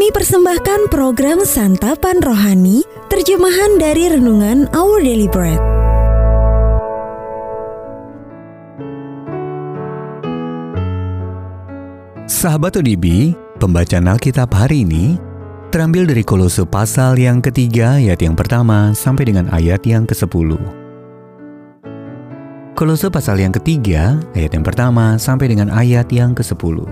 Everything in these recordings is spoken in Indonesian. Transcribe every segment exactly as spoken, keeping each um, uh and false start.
Kami persembahkan program Santapan Rohani, terjemahan dari Renungan Our Daily Bread. Sahabat O D B, pembacaan Alkitab hari ini terambil dari Kolose pasal yang ketiga ayat yang pertama sampai dengan ayat yang kesepuluh. Kolose pasal yang ketiga ayat yang pertama sampai dengan ayat yang kesepuluh.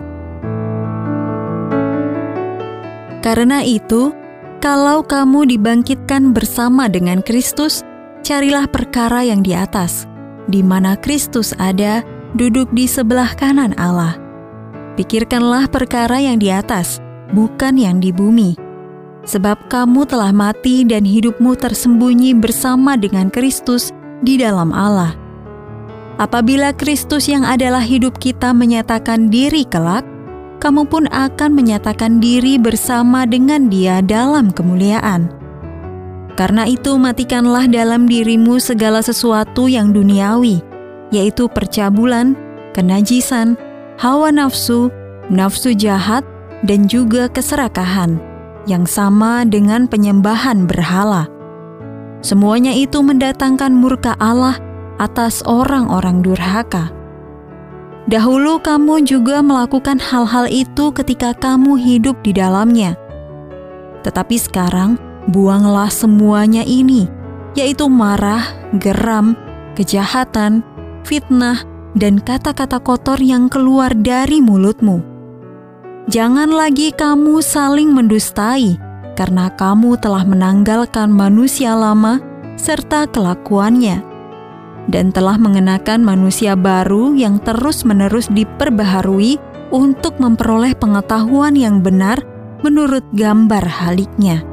Karena itu, kalau kamu dibangkitkan bersama dengan Kristus, carilah perkara yang di atas, di mana Kristus ada, duduk di sebelah kanan Allah. Pikirkanlah perkara yang di atas, bukan yang di bumi. Sebab kamu telah mati dan hidupmu tersembunyi bersama dengan Kristus di dalam Allah. Apabila Kristus yang adalah hidup kita menyatakan diri kelak, kamu pun akan menyatakan diri bersama dengan Dia dalam kemuliaan. Karena itu matikanlah dalam dirimu segala sesuatu yang duniawi, yaitu percabulan, kenajisan, hawa nafsu, nafsu jahat, dan juga keserakahan, yang sama dengan penyembahan berhala. Semuanya itu mendatangkan murka Allah atas orang-orang durhaka. Dahulu kamu juga melakukan hal-hal itu ketika kamu hidup di dalamnya. Tetapi sekarang, buanglah semuanya ini, yaitu marah, geram, kejahatan, fitnah, dan kata-kata kotor yang keluar dari mulutmu. Jangan lagi kamu saling mendustai, karena kamu telah menanggalkan manusia lama serta kelakuannya, dan telah mengenakan manusia baru yang terus-menerus diperbaharui untuk memperoleh pengetahuan yang benar menurut gambar haliknya.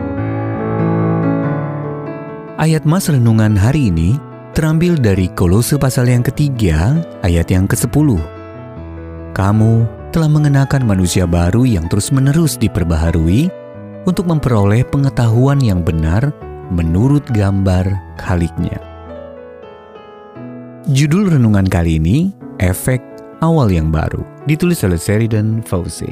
Ayat Mas Renungan hari ini terambil dari Kolose pasal yang ketiga ayat yang kesepuluh. Kamu telah mengenakan manusia baru yang terus-menerus diperbaharui untuk memperoleh pengetahuan yang benar menurut gambar haliknya. Judul renungan kali ini, Efek Awal yang Baru, ditulis oleh Sheridan Fauzi.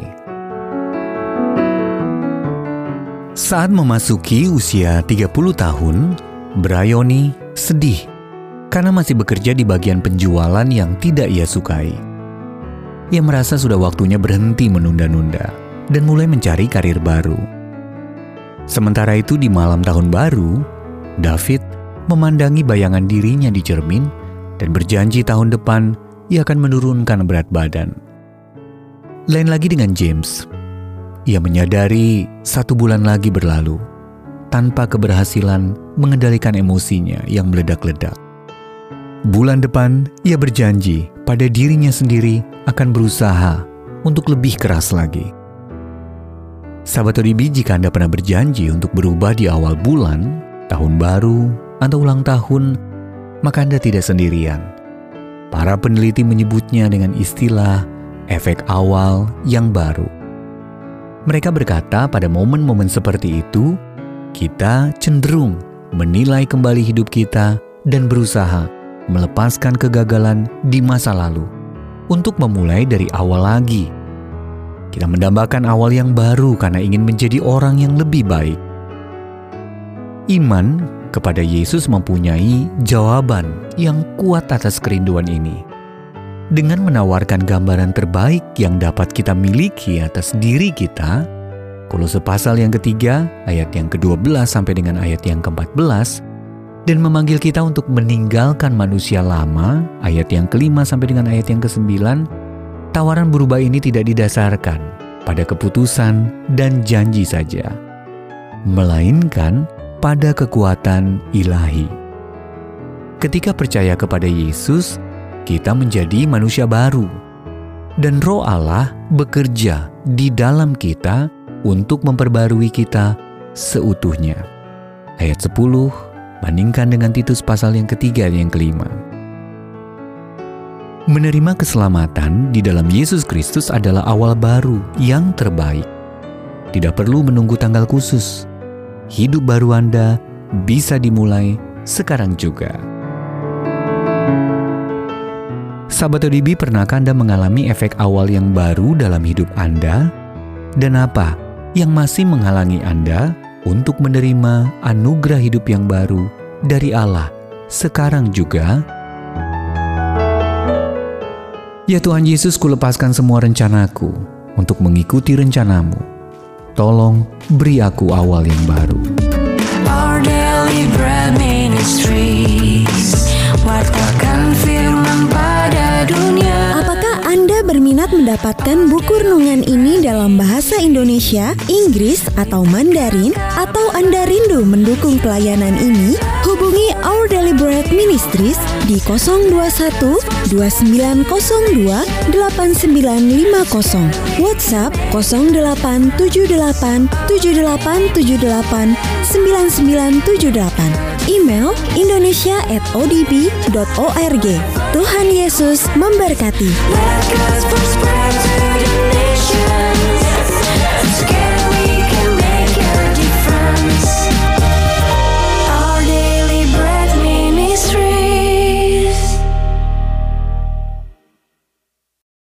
Saat memasuki usia tiga puluh tahun, Bryony sedih karena masih bekerja di bagian penjualan yang tidak ia sukai. Ia merasa sudah waktunya berhenti menunda-nunda dan mulai mencari karir baru. Sementara itu di malam tahun baru, David memandangi bayangan dirinya di cermin dan berjanji tahun depan ia akan menurunkan berat badan. Lain lagi dengan James. Ia menyadari satu bulan lagi berlalu tanpa keberhasilan mengendalikan emosinya yang meledak-ledak. Bulan depan ia berjanji pada dirinya sendiri akan berusaha untuk lebih keras lagi. Sahabat O D B, jika Anda pernah berjanji untuk berubah di awal bulan, tahun baru, atau ulang tahun, maka Anda tidak sendirian. Para peneliti menyebutnya dengan istilah efek awal yang baru. Mereka berkata pada momen-momen seperti itu, kita cenderung menilai kembali hidup kita dan berusaha melepaskan kegagalan di masa lalu untuk memulai dari awal lagi. Kita mendambakan awal yang baru karena ingin menjadi orang yang lebih baik. Iman kepada Yesus mempunyai jawaban yang kuat atas kerinduan ini. Dengan menawarkan gambaran terbaik yang dapat kita miliki atas diri kita, Kolose pasal yang ketiga, ayat yang kedua belas sampai dengan ayat yang keempat belas, dan memanggil kita untuk meninggalkan manusia lama, ayat yang kelima sampai dengan ayat yang kesembilan, tawaran berubah ini tidak didasarkan pada keputusan dan janji saja, melainkan pada kekuatan ilahi. Ketika percaya kepada Yesus, kita menjadi manusia baru, dan Roh Allah bekerja di dalam kita untuk memperbarui kita seutuhnya. Ayat sepuluh, bandingkan dengan Titus pasal yang ketiga dan yang kelima. Menerima keselamatan di dalam Yesus Kristus adalah awal baru yang terbaik. Tidak perlu menunggu tanggal khusus. Hidup baru Anda bisa dimulai sekarang juga. Sahabat O D B, pernahkah Anda mengalami efek awal yang baru dalam hidup Anda? Dan apa yang masih menghalangi Anda untuk menerima anugerah hidup yang baru dari Allah sekarang juga? Ya Tuhan Yesus, kulepaskan semua rencanaku untuk mengikuti rencanamu. Tolong beri aku awal yang baru. Our Daily Bread Ministries, wartakan firman pada dunia. Apakah Anda berminat mendapatkan buku renungan ini dalam bahasa Indonesia, Inggris, atau Mandarin? Atau Anda rindu mendukung pelayanan ini? Hubungi Our Daily Bread Ministries di nol dua satu dua sembilan nol dua delapan sembilan lima nol, WhatsApp nol delapan tujuh delapan tujuh delapan tujuh delapan sembilan sembilan tujuh delapan, email indonesia at o d b dot org. Tuhan Yesus memberkati. Let God's